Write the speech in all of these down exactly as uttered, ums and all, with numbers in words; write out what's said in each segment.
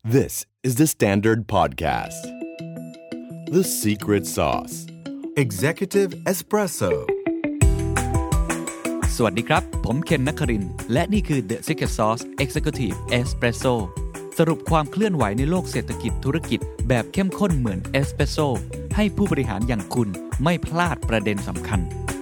This is the Standard Podcast. The Secret Sauce Executive Espresso สวัสดีครับผมเคนนครินทร์และนี่คือ The Secret Sauce Executive Espresso สรุปความเคลื่อนไหวในโลกเศรษฐกิจธุรกิจแบบเข้มข้นเหมือนเอสเปรสโซ่ให้ผู้บริหารอย่างคุณไม่พลาดประเด็นสำคัญ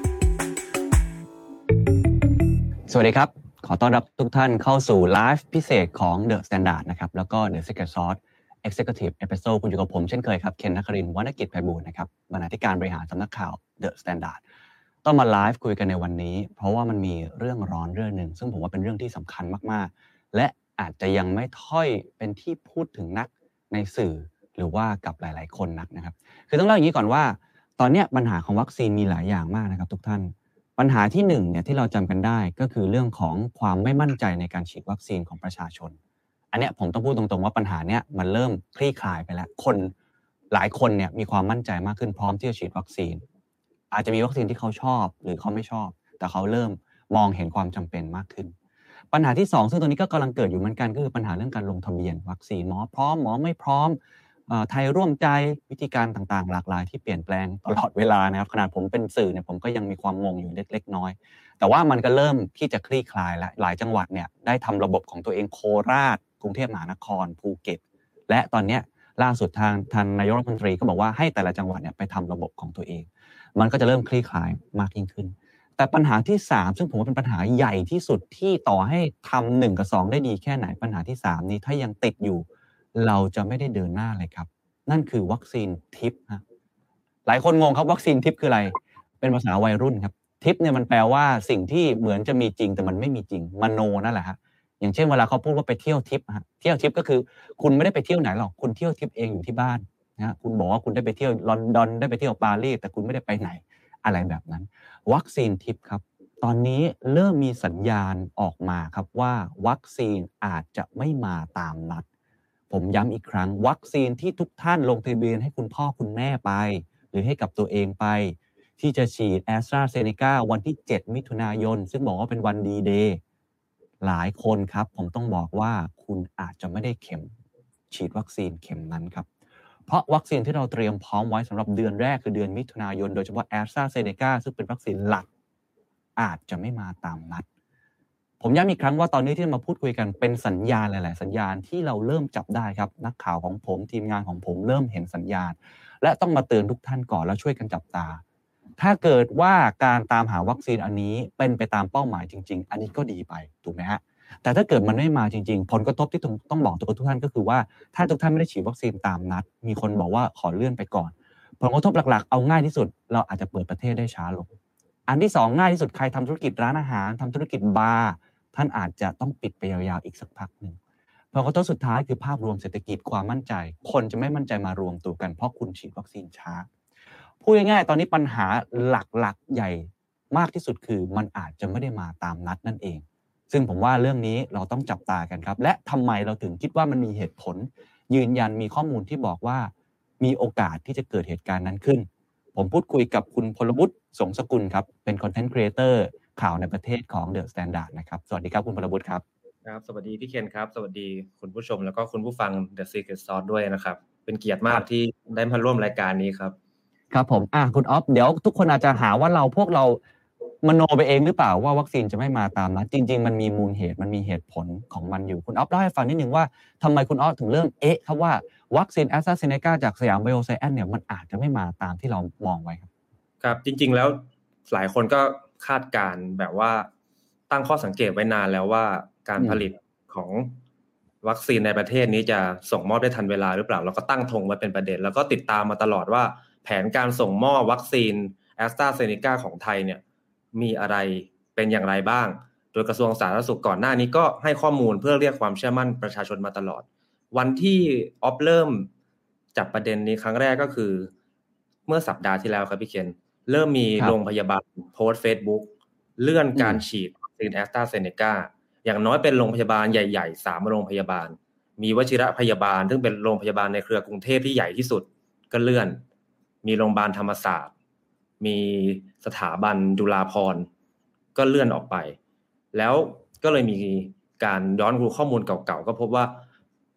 สวัสดีครับขอต้อนรับทุกท่านเข้าสู่ไลฟ์พิเศษของ The Standard นะครับแล้วก็ The Secret Sauce Executive Espresso คุณอยู่กับผมเช่นเคยครับเคนนครินทร์วรรณกิจไพบูลย์นะครับบรรณาธิการบริหารสำนักข่าว The Standard ต้องมาไลฟ์คุยกันในวันนี้เพราะว่ามันมีเรื่องร้อนเรื่องนึงซึ่งผมว่าเป็นเรื่องที่สำคัญมากๆและอาจจะยังไม่ค่อยเป็นที่พูดถึงนักในสื่อหรือว่ากับหลายๆคนนักนะครับคือต้องเล่าอย่างนี้ก่อนว่าตอนนี้ปัญหาของวัคซีนมีหลายอย่างมากนะครับทุกท่านปัญหาที่หนึ่งเนี่ยที่เราจำกันได้ก็คือเรื่องของความไม่มั่นใจในการฉีดวัคซีนของประชาชนอันเนี้ยผมต้องพูดตรงๆว่าปัญหาเนี้ยมันเริ่มคลี่คลายไปแล้วคนหลายคนเนี่ยมีความมั่นใจมากขึ้นพร้อมที่จะฉีดวัคซีนอาจจะมีวัคซีนที่เขาชอบหรือเขาไม่ชอบแต่เขาเริ่มมองเห็นความจำเป็นมากขึ้นปัญหาที่สองซึ่งตัวนี้ก็กำลังเกิดอยู่เหมือนกันก็คือปัญหาเรื่องการลงทะเบียนวัคซีนหมอพร้อมหมอไม่พร้อมไทยร่วมใจวิธีการต่างๆหลากหลายที่เปลี่ยนแปลงตลอดเวลานะครับขนาดผมเป็นสื่อเนี่ยผมก็ยังมีความงงอยู่เล็กๆน้อยแต่ว่ามันก็เริ่มที่จะคลี่คลายแล้วหลายจังหวัดเนี่ยได้ทำระบบของตัวเองโคราชกรุงเทพมหานครภูเก็ตและตอนนี้ล่าสุดทางทางนายกรัฐมนตรีก็บอกว่าให้แต่ละจังหวัดเนี่ยไปทำระบบของตัวเองมันก็จะเริ่มคลี่คลายมากยิ่งขึ้นแต่ปัญหาที่สามซึ่งผมว่าเป็นปัญหาใหญ่ที่สุดที่ต่อให้ทำหนึ่งกับสองได้ดีแค่ไหนปัญหาที่สามนี้ถ้ายังติดอยู่เราจะไม่ได้เดินหน้าเลยครับนั่นคือวัคซีนทิปฮะหลายคนงงครับวัคซีนทิปคืออะไรเป็นภาษาวัยรุ่นครับทิปเนี่ยมันแปลว่าสิ่งที่เหมือนจะมีจริงแต่มันไม่มีจริงมโนนั่นแหละฮะอย่างเช่นเวลาเขาพูดว่าไปเที่ยวทิปฮะเที่ยวทิปก็คือคุณไม่ได้ไปเที่ยวไหนหรอกคุณเที่ยวทิปเองอยู่ที่บ้านนะคุณบอกว่าคุณได้ไปเที่ยวลอนดอนได้ไปเที่ยวปารีสแต่คุณไม่ได้ไปไหนอะไรแบบนั้นวัคซีนทิปครับตอนนี้เริ่มมีสัญญาณออกมาครับว่าวัคซีนอาจจะไม่มาตามนัดผมย้ำอีกครั้งวัคซีนที่ทุกท่านลงทะเบียนให้คุณพ่อคุณแม่ไปหรือให้กับตัวเองไปที่จะฉีด AstraZeneca วันที่เจ็ดมิถุนายนซึ่งบอกว่าเป็นวันดีเดย์หลายคนครับผมต้องบอกว่าคุณอาจจะไม่ได้เข็มฉีดวัคซีนเข็มนั้นครับเพราะวัคซีนที่เราเตรียมพร้อมไว้สำหรับเดือนแรกคือเดือนมิถุนายนโดยเฉพาะ AstraZeneca ซึ่งเป็นวัคซีนหลักอาจจะไม่มาตามนัดผมย้ำอีกครั้งว่าตอนนี้ที่มาพูดคุยกันเป็นสัญญาณหลายๆสัญญาณที่เราเริ่มจับได้ครับนักข่าวของผมทีมงานของผมเริ่มเห็นสัญญาณและต้องมาเตือนทุกท่านก่อนแล้วช่วยกันจับตาถ้าเกิดว่าการตามหาวัคซีนอันนี้เป็นไปตามเป้าหมายจริงๆอันนี้ก็ดีไปถูกไหมฮะแต่ถ้าเกิดมันไม่มาจริงๆผลกระทบที่ต้องบอกทุกท่านก็คือว่าถ้าทุกท่านไม่ได้ฉีดวัคซีนตามนัดมีคนบอกว่าขอเลื่อนไปก่อนผลกระทบหลักๆเอาง่ายที่สุดเราอาจจะเปิดประเทศได้ช้าลงอันที่สองง่ายที่สุดใครทำธุรกิจร้านอาหารทำธุรกิจบาร์ท่านอาจจะต้องปิดไปยาวๆอีกสักพักหนึ่งผลกระทบสุดท้ายคือภาพรวมเศรษฐกิจความมั่นใจคนจะไม่มั่นใจมารวมตัวกันเพราะคุณฉีดวัคซีนช้าพูดง่ายๆตอนนี้ปัญหาหลักๆใหญ่มากที่สุดคือมันอาจจะไม่ได้มาตามนัดนั่นเองซึ่งผมว่าเรื่องนี้เราต้องจับตากันครับและทำไมเราถึงคิดว่ามันมีเหตุผลยืนยันมีข้อมูลที่บอกว่ามีโอกาสที่จะเกิดเหตุการณ์นั้นขึ้นผมพูดคุยกับคุณพลวุฒิสงสกุลครับเป็นคอนเทนต์ครีเอเตอร์ข่าวในประเทศของ The Standard นะครับสวัสดีครับคุณพลวุฒิครับครับสวัสดีพี่เคนครับสวัสดีคุณผู้ชมแล้วก็คุณผู้ฟัง The Secret Sauce ด้วยนะครับเป็นเกียรติมากที่ได้มาร่วมรายการนี้ครับครับผมอ่ะคุณอ๊อฟเดี๋ยวทุกคนอาจจะหาว่าเราพวกเรามโนไปเองหรือเปล่าว่าวัคซีนจะไม่มาตามนัดจริงๆมันมีมูลเหตุมันมีเหตุผลของมันอยู่คุณอ๊อฟเล่าให้ฟังนิดนึงว่าทำไมคุณอ๊อฟถึงเริ่มเอ๊ะครับว่าวัคซีน AstraZeneca จากสยามไบโอไซแอนซ์เนี่ยมันอาจจะไม่มาตามที่เรามองไว้ครับครับจริงๆแล้วหลายคนก็คาดการณ์แบบว่าตั้งข้อสังเกตไว้นานแล้วว่าการผลิตของวัคซีนในประเทศนี้จะส่งมอบได้ทันเวลาหรือเปล่าแล้วก็ตั้งธงไว้เป็นประเด็นแล้วก็ติดตามมาตลอดว่าแผนการส่งมอบวัคซีน AstraZeneca ของไทยเนี่ยมีอะไรเป็นอย่างไรบ้างโดยกระทรวงสาธารณสุขก่อนหน้านี้ก็ให้ข้อมูลเพื่อเรียกความเชื่อมั่นประชาชนมาตลอดวันที่ออฟเริ่มจับประเด็นนี้ครั้งแรกก็คือเมื่อสัปดาห์ที่แล้วครับพี่เคนเริ่มมีโรงพยาบาลโพสต์ Facebook เลื่อนการฉีดวัคซีน AstraZeneca อย่างน้อยเป็นโรงพยาบาลใหญ่ๆสามโรงพยาบาลมีวชิรพยาบาลซึ่งเป็นโรงพยาบาลในเครือกรุงเทพที่ใหญ่ที่สุดก็เลื่อนมีโรงพยาบาลธรรมศาสตร์มีสถาบันจุฬาภรณ์ก็เลื่อนออกไปแล้วก็เลยมีการย้อนดูข้อมูลเก่าๆก็พบว่า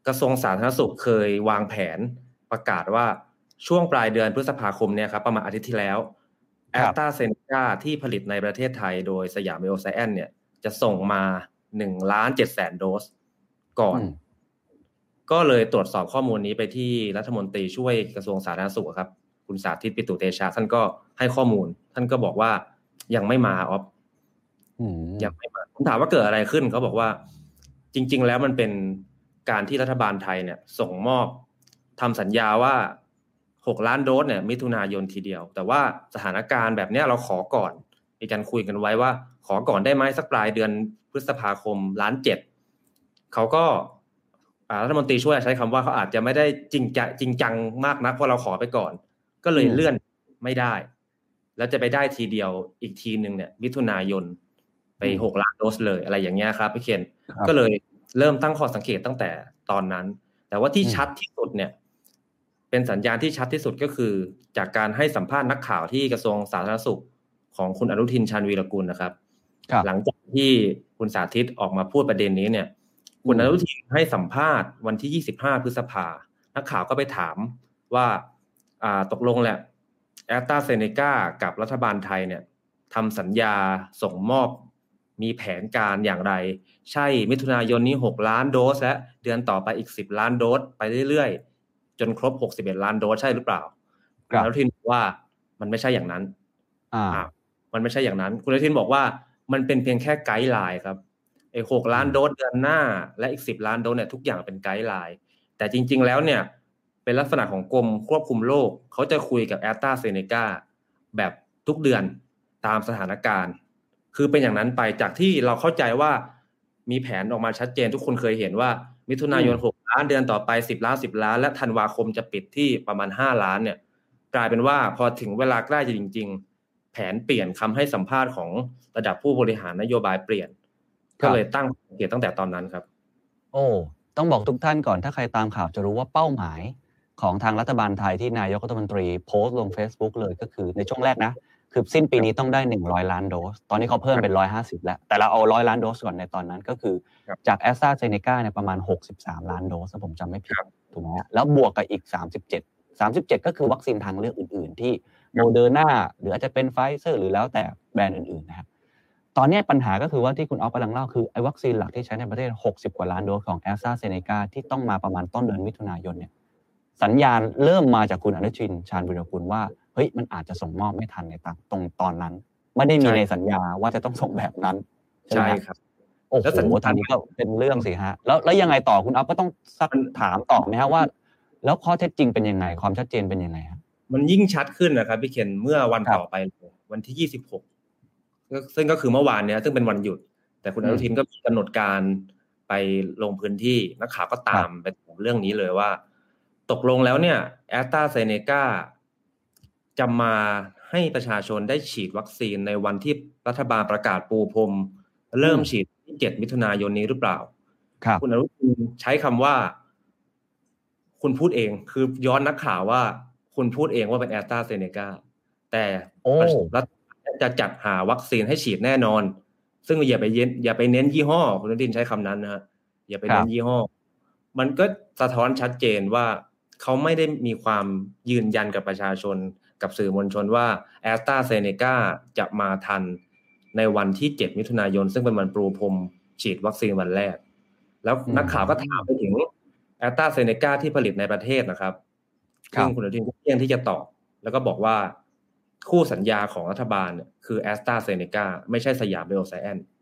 กระทรวงสาธารณสุขเคยวางแผนประกาศว่าช่วงปลายเดือนพฤษภาคมเนี่ยครับประมาณอาทิตย์ที่แล้วแอสตราเซเนกาที่ผลิตในประเทศไทยโดยสยามไบโอไซแอนซ์เนี่ยจะส่งมาหนึ่งล้านเจ็ดแสนโดสก่อนก็เลยตรวจสอบข้อมูลนี้ไปที่รัฐมนตรีช่วยกระทรวงสาธารณสุขครับคุณสาธิตปิตุเตชะท่านก็ให้ข้อมูลท่านก็บอกว่ายังไม่มาออฟยังไม่มาผมถามว่าเกิดอะไรขึ้นเขาบอกว่าจริงๆแล้วมันเป็นการที่รัฐบาลไทยเนี่ยส่งมอบทำสัญญาว่าหกล้านโดสเนี่ยมิถุนายนทีเดียวแต่ว่าสถานการณ์แบบนี้เราขอก่อนมีการคุยกันไว้ว่าขอก่อนได้ไหมสักปลายเดือนพฤษภาคมล้านเจ็ดเขาก็รัฐมนตรีช่วยใช้คำว่าเขาอาจจะไม่ได้จริงจังจริงจังมากนักเพราะเราขอไปก่อนก็เลยเลื่อนไม่ได้แล้วจะไปได้ทีเดียวอีกทีนึงเนี่ยมิถุนายนไปหกล้านโดสเลยอะไรอย่างเงี้ยครับพี่เคนก็เลยเริ่มตั้งข้อสังเกตตั้งแต่ตอนนั้นแต่ว่าที่ชัดที่สุดเนี่ยเป็นสัญญาณที่ชัดที่สุดก็คือจากการให้สัมภาษณ์นักข่าวที่กระทรวงสาธารณสุขของคุณอนุทินชาญวีรกูลนะครับหลังจากที่คุณสาธิตออกมาพูดประเด็นนี้เนี่ยคุณอนุทินให้สัมภาษณ์วันที่ยี่สิบห้าพฤษภานักข่าวก็ไปถามว่าอ่าตกลงแหละแอสตราเซเนกากับรัฐบาลไทยเนี่ยทำสัญญาส่งมอบมีแผนการอย่างไรใช่มิถุนายนนี้หกล้านโดสและเดือนต่อไปอีกสิบล้านโดสไปเรื่อยๆจนครบหกสิบเอ็ดล้านโดสใช่หรือเปล่าคุณอนุทินบอกว่ามันไม่ใช่อย่างนั้นอ่ามันไม่ใช่อย่างนั้นคุณอนุทินบอกว่ามันเป็นเพียงแค่ไกด์ไลน์ครับไอ้หกล้านโดสเดือนหน้าและอีกสิบล้านโดสเนี่ยทุกอย่างเป็นไกด์ไลน์แต่จริงๆแล้วเนี่ยเป็นลักษณะของกรมควบคุมโรคเขาจะคุยกับแอสตราเซเนกาแบบทุกเดือนตามสถานการณ์คือเป็นอย่างนั้นไปจากที่เราเข้าใจว่ามีแผนออกมาชัดเจนทุกคนเคยเห็นว่ามิถุนายนหกล้านเดือนต่อไปสิบล้านสิบล้านและธันวาคมจะปิดที่ประมาณห้าล้านเนี่ยกลายเป็นว่าพอถึงเวลาใกล้จะจริงๆแผนเปลี่ยนคำให้สัมภาษณ์ของระดับผู้บริหารนโยบายเปลี่ยนก็เลยตั้งสังเกตตั้งแต่ตอนนั้นครับโอ้ต้องบอกทุกท่านก่อนถ้าใครตามข่าวจะรู้ว่าเป้าหมายของทางรัฐบาลไทยที่นายกรัฐมนตรีโพสต์ลง Facebook เลยก็คือในช่วงแรกนะคือสิ้นปีนี้ต้องได้หนึ่งร้อยล้านโดสตอนนี้เขาเพิ่มเป็นหนึ่งร้อยห้าสิบแล้วแต่เราเอาหนึ่งร้อยล้านโดสก่อนในตอนนั้นก็คือจาก AstraZeneca เนี่ยประมาณหกสิบสามล้านโดสถ้าผมจำไม่ผิดถูกมั้ยฮะแล้วบวกกับอีกสามสิบเจ็ด สามสิบเจ็ดก็คือวัคซีนทางเลือกอื่นๆที่ Moderna หรืออาจจะเป็น Pfizer หรือแล้วแต่แบรนด์อื่นๆนะครับตอนนี้ปัญหาก็คือว่าที่คุณอ๊อฟกำลังเล่าคือไอ้วัคซีนหลักที่ใช้ในประเทศหกสิบกว่าล้านโดสของ AstraZeneca ที่ต้องมาประมาณต้นเดือนมิถุนายนเนี่ยสัญญาณเริ่มมาจากคุณอนุทินชาญวีรกูลว่าเฮ้ยมันอาจจะส่งมอบไม่ทันในตรงตอนนั้นไม่ได้มีในสัญญาว่าจะต้องส่งแบบนั้นใช่ครับโอ้โหตอนนี้ก็เป็นเรื่องสิฮะแล้วแล้วยังไงต่อคุณอ๊อฟก็ต้องซักถามต่อไหมฮะว่าแล้วข้อเท็จจริงเป็นยังไงความชัดเจนเป็นยังไงครับมันยิ่งชัดขึ้นนะครับพี่เคนเมื่อวันต่อไปวันที่ยี่สิบหกซึ่งก็คือเมื่อวานเนี้ยซึ่งเป็นวันหยุดแต่คุณอนุทินก็มีกำหนดการไปลงพื้นที่นักข่าวก็ตามไปเรื่องนี้เลยว่าตกลงแล้วเนี่ยแอสตราเซเนกาจะมาให้ประชาชนได้ฉีดวัคซีนในวันที่รัฐบาลประกาศปูพรมเริ่มฉีดที่เจ็ดมิถุนายนนี้หรือเปล่าครับคุณอนุทินใช้คำว่าคุณพูดเองคือย้อนนักข่าวว่าคุณพูดเองว่าเป็นแอสตราเซเนกาแต่รัฐจะจัดหาวัคซีนให้ฉีดแน่นอนซึ่งอย่าไปเน้นอย่าไปเน้นยี่ห้อคุณอนุทินใช้คำนั้นนะฮะอย่าไปเน้นยี่ห้อมันก็สะท้อนชัดเจนว่าเขาไม่ได้มีความยืนยันกับประชาชนกับสื่อมวลชนว่า AstraZeneca จะมาทันในวันที่เจ็ดมิถุนายนซึ่งเป็นวันปูพรมฉีดวัคซีนวันแรกแล้วนักข่าวก็ถามไปถึง AstraZeneca ที่ผลิตในประเทศนะครับซึ่งคุณอนุทินก็เลี่ยงที่จะตอบแล้วก็บอกว่าคู่สัญญาของรัฐบาลเนี่ยคือ AstraZeneca ไม่ใช่สยามไบโอไซแอนซ์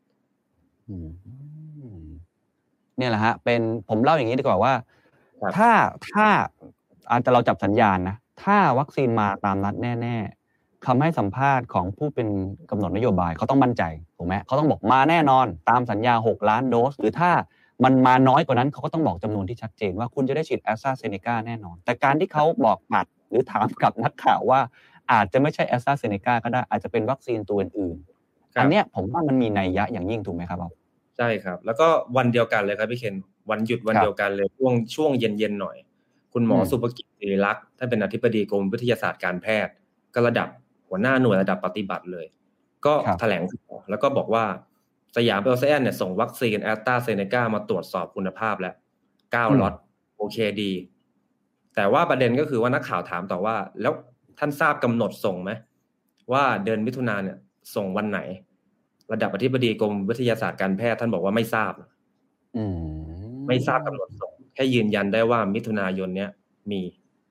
เนี่ยแหละฮะเป็นผมเล่าอย่างนี้ดีกว่าว่าถ้าถ้าอาจจะเราจับสัญญาณนะถ้าวัคซีนมาตามนัดแน่ๆคำให้สัมภาษณ์ของผู้เป็นกำหนดนโยบายเขาต้องมั่นใจถูกไหมเขาต้องบอกมาแน่นอนตามสัญญาหกล้านโดสหรือถ้ามันมาน้อยกว่านั้นเขาก็ต้องบอกจำนวนที่ชัดเจนว่าคุณจะได้ฉีด AstraZeneca แน่นอนแต่การที่เขาบอกปัดหรือถามกับนักข่าวว่าอาจจะไม่ใช่ AstraZeneca ก็ได้อาจจะเป็นวัคซีนตัวอื่นๆอันเนี้ยผมว่ามันมีนัยยะอย่างยิ่งถูกไหมครับอ๊อฟใช่ครับแล้วก็วันเดียวกันเลยครับพี่เคนวันหยุดวันเดียวกันเลยช่วงช่วงเย็นๆหน่อยคุณหมอสุภกิจศิริลักษณ์ท่านเป็นอธิบดีกรมวิทยาศาสตร์การแพทย์ก็ระดับหัวหน้าหน่วยระดับปฏิบัติเลยก็แถลงแล้วก็บอกว่าสยามไบโอไซแอนซ์เนี่ยส่งวัคซีน AstraZeneca มาตรวจสอบคุณภาพแล้วเก้าล็อตโอเคดีแต่ว่าประเด็นก็คือว่านักข่าวถามต่อว่าแล้วท่านทราบกำหนดส่งไหมว่าเดือนมิถุนายนเนี่ยส่งวันไหนระดับอธิบดีกรมวิทยาศาสตร์การแพทย์ท่านบอกว่าไม่ทราบอืมไม่ทราบกำหนดส่งแค่ยืนยันได้ว่ามิถุนายนเนี้ยมี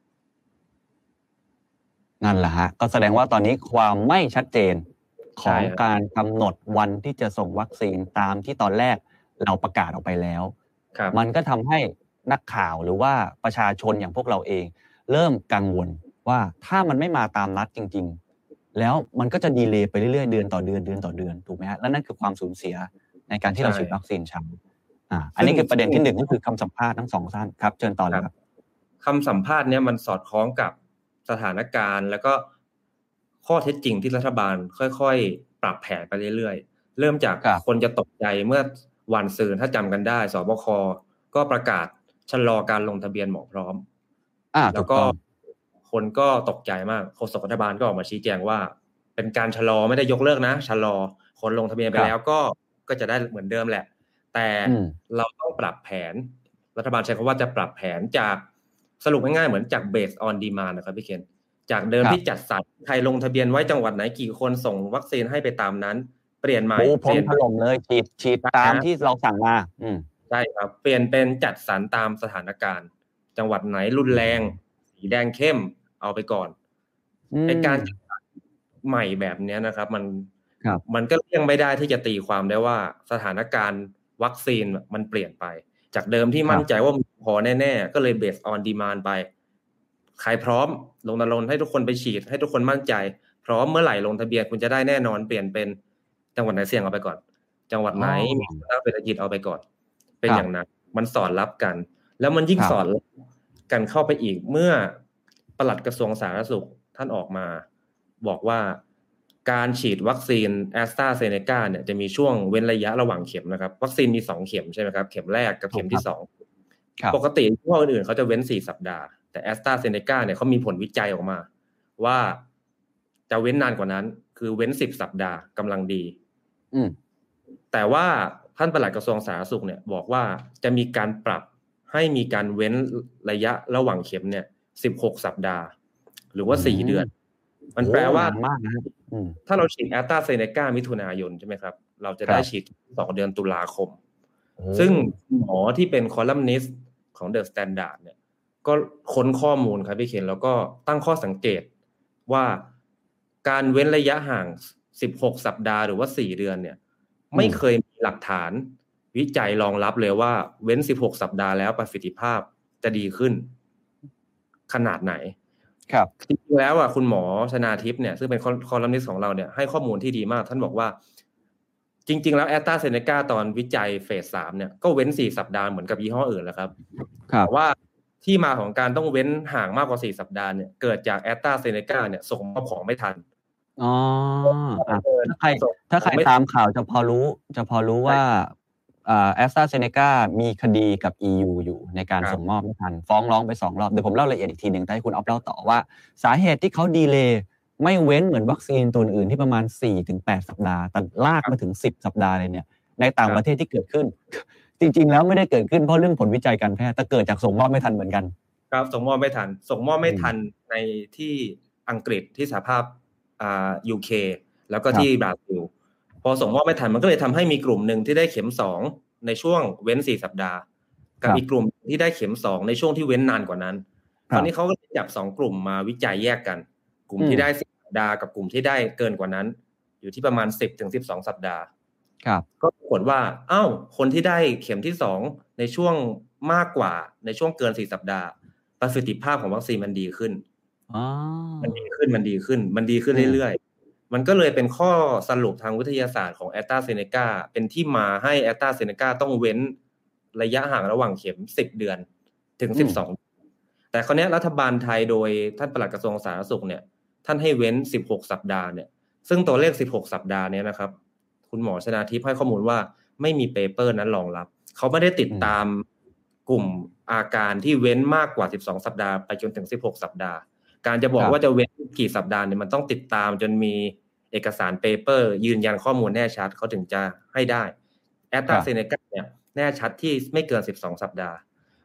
นั่นแหละฮะก็แสดงว่าตอนนี้ความไม่ชัดเจนของการกำหนดวันที่จะส่งวัคซีนตามที่ตอนแรกเราประกาศออกไปแล้วมันก็ทำให้นักข่าวหรือว่าประชาชนอย่างพวกเราเองเริ่มกังวลว่าถ้ามันไม่มาตามนัดจริงๆแล้วมันก็จะดีเลย์ไปเรื่อยๆเดือนต่อเดือนเดือนต่อเดือนถูกไหมฮะและนั่นคือความสูญเสียในการที่เราฉีดวัคซีนช้าอ่าอันนี้คือประเด็นที่หนึ่งก็คือคำสัมภาษณ์ทั้งสองท่านครับเชิญต่อเลยครับคำสัมภาษณ์เนี้ยมันสอดคล้องกับสถานการณ์แล้วก็ข้อเท็จจริงที่รัฐบาลค่อยๆปรับแผนไปเรื่อยๆเริ่มจากคนจะตกใจเมื่อวันซืนถ้าจำกันได้สบคก็ประกาศชะลอการลงทะเบียนหมอพร้อมแล้วก็คนก็ตกใจมากโฆษกรัฐบาลก็ออกมาชี้แจงว่าเป็นการชะลอไม่ได้ยกเลิกนะชะลอคนลงทะเบียนไปแล้วก็ก็จะได้เหมือนเดิมแหละแต่เราต้องปรับแผนรัฐบาลใช้คำว่าจะปรับแผนจากสรุปง่ายๆเหมือนจาก based on demand นะครับพี่เคนจากเดิมที่จัดสรรใครลงทะเบียนไว้จังหวัดไหนกี่คนส่งวัคซีนให้ไปตามนั้นเปลี่ยนใหม่เปลี่ยนถล่มเลยฉีดฉีดตามที่เราสั่งมาอืมใช่ครับเปลี่ยนเป็นจัดสรรตามสถานการณ์จังหวัดไหนรุนแรงสีแดงเข้มเอาไปก่อนไอ้การจัดสรรใหม่แบบนี้นะครับมันมันก็เลี่ยงไม่ได้ที่จะตีความได้ว่าสถานการณ์วัคซีนมันเปลี่ยนไปจากเดิมที่มั่นใจว่าพอแน่ๆก็เลย based on demand ไปใครพร้อมลงทะเบียนให้ทุกคนไปฉีดให้ทุกคนมั่นใจพร้อมเมื่อไหร่ลงทะเบียนคุณจะได้แน่นอนเปลี่ยนเป็นจังหวัดไหนเสี่ยงเอาไปก่อนจังหวัดไหนมีสถานการณ์เศรษฐกิจเอาไปก่อนเป็นอย่างนั้นมันสอดรับกันแล้วมันยิ่งสอดกันเข้าไปอีกเมื่อปลัดกระทรวงสาธารณสุขท่านออกมาบอกว่าการฉีดวัคซีน AstraZeneca เนี่ยจะมีช่วงเว้นระยะระหว่างเข็มนะครับวัคซีนมีสองเข็มใช่ไหมครับเข็มแรกกับเข็มที่สองปกติพวกอื่นๆเขาจะเว้นสี่สัปดาห์แต่ AstraZeneca เนี่ยเขามีผลวิจัยออกมาว่าจะเว้นนานกว่านั้นคือเว้นสิบสัปดาห์กำลังดีอืมแต่ว่าท่านปลัดกระทรวงสาธารณสุขเนี่ยบอกว่าจะมีการปรับให้มีการเว้นระยะระหว่างเข็มเนี่ยสิบหกสัปดาห์หรือว่าสี่เดือนมันแปลว่าถ้าเราฉีด AstraZeneca มิถุนายนใช่ไหมครับเราจะได้ฉีดสองเดือนตุลาคมซึ่งหมอที่เป็นคอลัมนิสต์ของ The Standard เนี่ยก็ค้นข้อมูลครับพี่เคนแล้วก็ตั้งข้อสังเกตว่าการเว้นระยะห่างสิบหกสัปดาห์หรือว่าสี่เดือนเนี่ยไม่เคยมีหลักฐานวิจัยรองรับเลยว่าเว้นสิบหกสัปดาห์แล้วประสิทธิภาพจะดีขึ้นขนาดไหนครับจริงๆแล้วอ่ะคุณหมอชนาทิพย์เนี่ยซึ่งเป็นคอลัมนิสต์ของเราเนี่ยให้ข้อมูลที่ดีมากท่านบอกว่าจริงๆแล้ว AstraZeneca ตอนวิจัยเฟสสามเนี่ยก็เว้นสี่สัปดาห์เหมือนกับยี่ห้ออื่นแหละครับแต่ว่าที่มาของการต้องเว้นห่างมากกว่าสี่สัปดาห์เนี่ยเกิดจาก AstraZeneca เนี่ยส่งมอบของไม่ทันอ๋อถ้าใครถ้าใครตามข่าวจะพอรู้จะพอรู้ว่าอ่า AstraZeneca มีคดีกับ อี ยู อยู่ในการส่งมอบไม่ทันฟ้องร้องไปสองรอบเดี๋ยวผมเล่ารายละเอียดอีกทีนึงแต่ให้คุณอ๊อฟเล่าต่อว่าสาเหตุที่เขาดีเลย์ไม่เว้นเหมือนวัคซีนตัวอื่นที่ประมาณ สี่ถึงแปด สัปดาห์แต่ลากมาถึงสิบสัปดาห์เลยเนี่ยในต่างประเทศที่เกิดขึ้นจริงๆแล้วไม่ได้เกิดขึ้นเพราะเรื่องผลวิจัยการแพทย์แต่เกิดจากส่งมอบไม่ทันเหมือนกันครับส่งมอบไม่ทันส่งมอบไม่ทันในที่อังกฤษที่สหภาพอ่า ยู เค แล้วก็ที่บราซิลพอส่งมอบไม่ทันมันก็เลยทำให้มีกลุ่มนึงที่ได้เข็มสองในช่วงเว้นสี่สัปดาห์กับอีกกลุ่มที่ได้เข็มสองในช่วงที่เว้นนานกว่านั้นตอนนี้เขาก็จับสองกลุ่มมาวิจัยแยกกันกลุ่มที่ได้สิบสัปดาห์กับกลุ่มที่ได้เกินกว่านั้นอยู่ที่ประมาณ สิบถึงสิบสอง สัปดาห์ครับก็ปรากฏว่าอ้าวคนที่ได้เข็มที่สองในช่วงมากกว่าในช่วงเกินสี่สัปดาห์ประสิทธิภาพของวัคซีนมันดีขึ้นอ๋อมันดีขึ้นมันดีขึ้นมันดีขึ้นเรื่อยๆมันก็เลยเป็นข้อสรุปทางวิทยาศาสตร์ของ AstraZeneca เป็นที่มาให้ AstraZeneca ต้องเว้นระยะห่างระหว่างเข็มสิบเดือนถึงสิบสองแต่คราวนี้รัฐบาลไทยโดยท่านปลัดกระทรวงสาธารณสุขเนี่ยท่านให้เว้นสิบหกสัปดาห์เนี่ยซึ่งตัวเลขสิบหกสัปดาห์เนี่ยนะครับคุณหมอชนาทิพย์ให้ข้อมูลว่าไม่มีเปเปอร์นั้นรองรับเขาไม่ได้ติดตามกลุ่มอาการที่เว้นมากกว่าสิบสองสัปดาห์ไปจนถึงสิบหกสัปดาห์การจะบอกว่าจะเว้นกี่สัปดาห์เนี่ยมันต้องติดตามจนมีเอกสารเปเปอร์ยืนยันข้อมูลแน่ชัดเขาถึงจะให้ได้ AstraZeneca เนี่ยแน่ชัดที่ไม่เกินสิบสองสัปดาห์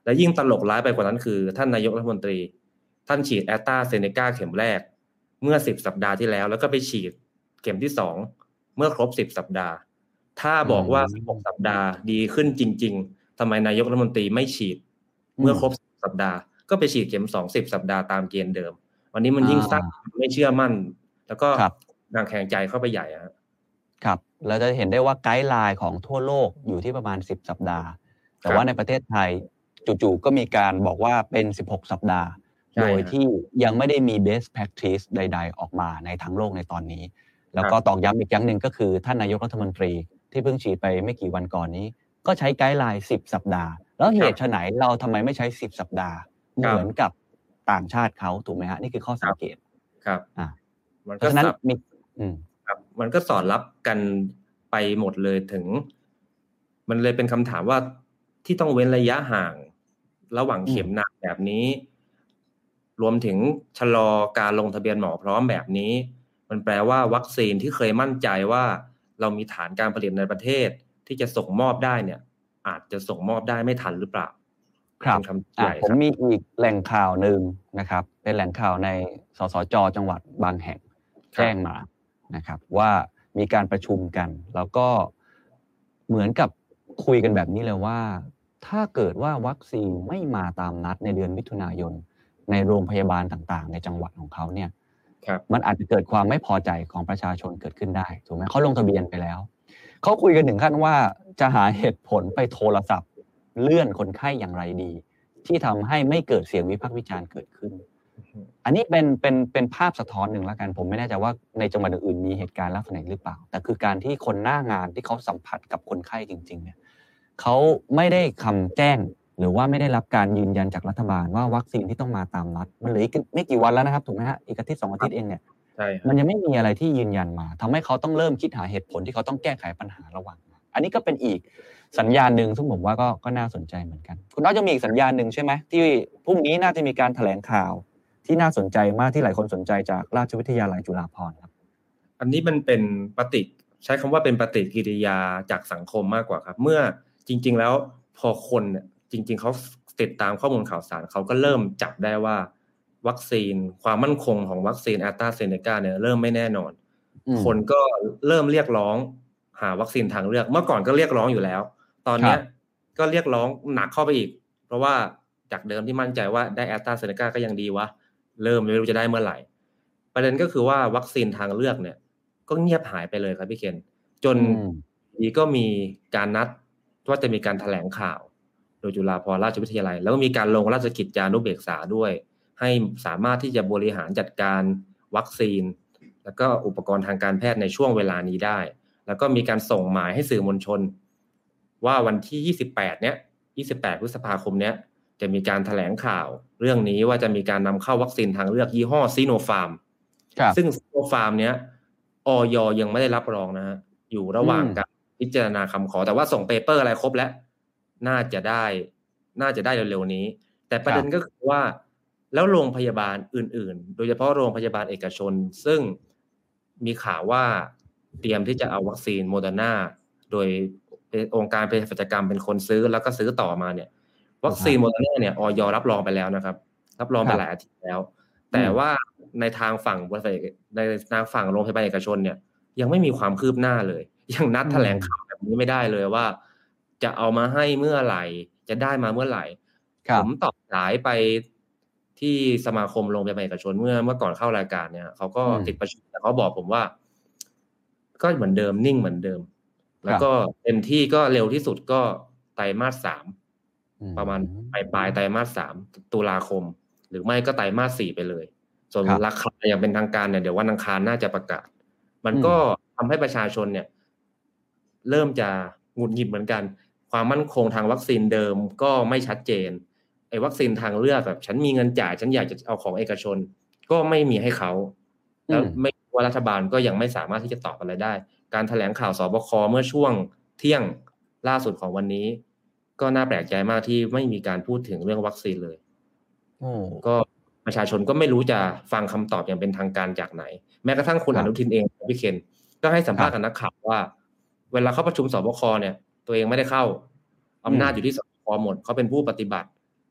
และยิ่งตลกร้ายไปกว่านั้นคือท่านนายกรัฐมนตรีท่านฉีดแอสตราเซเนกาเข็มแรกเมื่อสิบสัปดาห์ที่แล้วแล้วก็ไปฉีดเข็มที่สองเมื่อครบสิบสัปดาห์ถ้าบอกว่าสิบหกสัปดาห์ดีขึ้นจริงๆทำไมนายกรัฐมนตรีไม่ฉีดเมื่อครบสิบสัปดาห์ก็ไปฉีดเข็มสอง สิบสัปดาห์ตามเกณฑ์เดิมวันนี้มันยิ่งสร้างไม่เชื่อมั่นแล้วก็นางแข่งใจเข้าไปใหญ่ครับครับเราจะเห็นได้ว่าไกด์ไลน์ของทั่วโลกอยู่ที่ประมาณสิบสัปดาห์แต่ว่าในประเทศไทยจู่ๆก็มีการบอกว่าเป็นสิบหกสัปดาห์โดยที่ยังไม่ได้มี best practice ใดๆออกมาในทั้งโลกในตอนนี้แล้วก็ตอกย้ำอีกครั้งหนึ่งก็คือท่านนายกรัฐมนตรีที่เพิ่งฉีดไปไม่กี่วันก่อนนี้ก็ใช้ไกด์ไลน์สิบสัปดาห์แล้วเหตุไฉนเราทำไมไม่ใช้สิบสัปดาห์เหมือนกับต่างชาติเขาถูกไหมฮะนี่คือข้อสังเกตครับอ่าเพราะฉะนั้นมีอืมครับมันก็สอดรับกันไปหมดเลยถึงมันเลยเป็นคำถามว่าที่ต้องเว้นระยะห่างระหว่างเข็มหนักแบบนี้รวมถึงชะลอการลงทะเบียนหมอพร้อมแบบนี้มันแปลว่าวัคซีนที่เคยมั่นใจว่าเรามีฐานการผลิตในประเทศที่จะส่งมอบได้เนี่ยอาจจะส่งมอบได้ไม่ทันหรือเปล่าครับผมมีอีกแหล่งข่าวหนึ่งนะครับเป็นแหล่งข่าวในสสจ.จังหวัดบางแห่งแจ้งมานะครับว่ามีการประชุมกันแล้วก็เหมือนกับคุยกันแบบนี้เลยว่าถ้าเกิดว่าวัคซีนไม่มาตามนัดในเดือนมิถุนายนในโรงพยาบาลต่างๆในจังหวัดของเขาเนี่ยมันอาจจะเกิดความไม่พอใจของประชาชนเกิดขึ้นได้ถูกไหมเขาลงทะเบียนไปแล้วเขาคุยกันถึงขั้นว่าจะหาเหตุผลไปโทรศัพท์เลื่อนคนไข้อย่างไรดีที่ทำให้ไม่เกิดเสียงวิพากษ์วิจารณ์เกิดขึ้นอันนี้เป็นเป็นเป็นภาพสะท้อนหนึ่งแล้วกันผมไม่แน่ใจว่าในจังหวัดอื่นๆมีเหตุการณ์ลักษณะหรือเปล่าแต่คือการที่คนหน้างานที่เขาสัมผัสกับคนไข้จริงๆเนี่ยเขาไม่ได้คำแจ้งหรือว่าไม่ได้รับการยืนยันจากรัฐบาลว่าวัคซีนที่ต้องมาตามนัดมันเหลืออีกไม่กี่วันแล้วนะครับถูกไหมฮะอีกอาทิตย์สองอาทิตย์เองเนี่ยมันยังไม่มีอะไรที่ยืนยันมาทำให้เขาต้องเริ่มคิดหาเหตุผลที่เขาต้องแก้ไขปัญหาระหว่างอันนี้ก็เป็นอีกสัญญาณหนึ่งซึ่งผมว่าก็ก็น่าสนใจเหมือนกันคุณน้อยจะมีอีกสัญญาณหนึ่งใช่ไหมที่พรุ่งนี้น่าจะมีการแถลงข่าวที่น่าสนใจมากที่หลายคนสนใจจากราชวิทยาลัยจุฬาภรณ์ครับอันนี้มันเป็นปฏิใช้คำว่าเป็นปฏิกิริยาจากสังคมมากกว่าครับเมื่อจริงๆแล้วพอคนเนี่ยจริงๆเขาติดตามข้อมูลข่าวสารเขาก็เริ่มจับได้ว่าวัคซีนความมั่นคงของวัคซีนแอสตราเซเนกาเนี่ยเริ่มไม่แน่นอนคนก็เริ่มเรียกร้องหาวัคซีนทางเลือกเมื่อก่อนก็เรียกร้องอยู่แล้วตอนนี้ก็เรียกร้องหนักเข้าไปอีกเพราะว่าจากเดิมที่มั่นใจว่าได้แอสตราเซเนกาก็ยังดีวะเริ่มไม่รู้จะได้เมื่อไหร่ประเด็นก็คือว่าวัคซีนทางเลือกเนี่ยก็เงียบหายไปเลยครับพี่เคนจนนี้ก็มีการนัดว่าจะมีการแถลงข่าวโดยจุฬาภรณราชวิทยาลัยแล้วก็มีการลงราชกิจจานุเบกษาด้วยให้สามารถที่จะบริหารจัดการวัคซีนแล้วก็อุปกรณ์ทางการแพทย์ในช่วงเวลานี้ได้แล้วก็มีการส่งหมายให้สื่อมวลชนว่าวันที่ยี่สิบแปดเนี้ยยี่สิบแปดพฤษภาคมเนี้ยจะมีการแถลงข่าวเรื่องนี้ว่าจะมีการนำเข้าวัคซีนทางเลือกยี่ห้อซิโนฟาร์มซึ่งซิโนฟาร์มเนี้ยอย.ยังไม่ได้รับรองนะฮะอยู่ระหว่างการพิจารณาคำขอแต่ว่าส่งเปเปอร์อะไรครบแล้วน่าจะได้น่าจะได้เร็วๆนี้แต่ประเด็นก็คือว่าแล้วโรงพยาบาลอื่นๆโดยเฉพาะโรงพยาบาลเอกชนซึ่งมีข่าวว่าเตรียมที่จะเอาวัคซีนโมเดอร์นาโดยองค์การเภสัชกรรมเป็นคนซื้อแล้วก็ซื้อต่อมาเนี่ยวัคซีนโมเดอร์นาเนี่ยอย.รับรองไปแล้วนะครับรับรองไปหลายอาทิตย์แล้วแต่ว่าในทางฝั่งบริษัทในทางฝั่งโรงพยาบาลเอกชนเนี่ยยังไม่มีความคืบหน้าเลยยังนัดแถลงข่าวแบบนี้ไม่ได้เลยว่าจะเอามาให้เมื่อไหร่จะได้มาเมื่อไหร่ผมตอบสายไปที่สมาคมโรงพยาบาลเอกชนเมื่อเมื่อก่อนเข้ารายการเนี่ยเขาก็ติดประชุมแต่เขาบอกผมว่าก็เหมือนเดิมนิ่งเหมือนเดิมแล้วก็เต็มที่ก็เร็วที่สุดก็ไตรมาสสามประมาณปลายปลายไตรมาสสามตุลาคมหรือไม่ก็ไตรมาสสี่ไปเลยส่วนราคาอย่างเป็นทางการเนี่ยเดี๋ยววันอังคารน่าจะประกาศมันก็ทำให้ประชาชนเนี่ยเริ่มจะหงุดหงิดเหมือนกันความมั่นคงทางวัคซีนเดิมก็ไม่ชัดเจนไอ้วัคซีนทางเลือกแบบฉันมีเงินจ่ายฉันอยากจะเอาของเอกชนก็ไม่มีให้เขาแล้วไม่ว่ารัฐบาลก็ยังไม่สามารถที่จะตอบอะไรได้การแถลงข่าวสบคเมื่อช่วงเที่ยงล่าสุดของวันนี้ก็น่าแปลกใจมากที่ไม่มีการพูดถึงเรื่องวัคซีนเลยก็ประชาชนก็ไม่รู้จะฟังคำตอบอย่างเป็นทางการจากไหนแม้กระทั่งคุณอนุทินเองพี่เคนก็ให้สัมภาษณ์กับนักข่าวว่าเวลาเขาประชุมสบคเนี่ยตัวเองไม่ได้เข้าอำนาจอยู่ที่สบคหมดเขาเป็นผู้ปฏิบัติ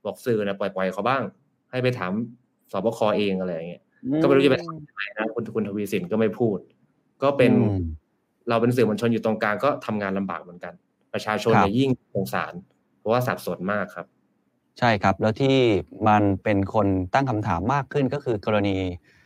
บอกสื่อเนี่ยปล่อยๆเขาบ้างให้ไปถามสบคเองอะไรอย่างเงี้ยก็ไม่รู้จะไปทำยังไงนะคุณคุณทวีสินก็ไม่พูดก็เป็นเราเป็นสื่อมวลชนอยู่ตรงกลางก็ทำงานลำบากเหมือนกันประชาชนเนี่ยยิ่งสงสารเพราะว่าสับสนมากครับใช่ครับแล้วที่มันเป็นคนตั้งคำถามมากขึ้นก็คือกรณี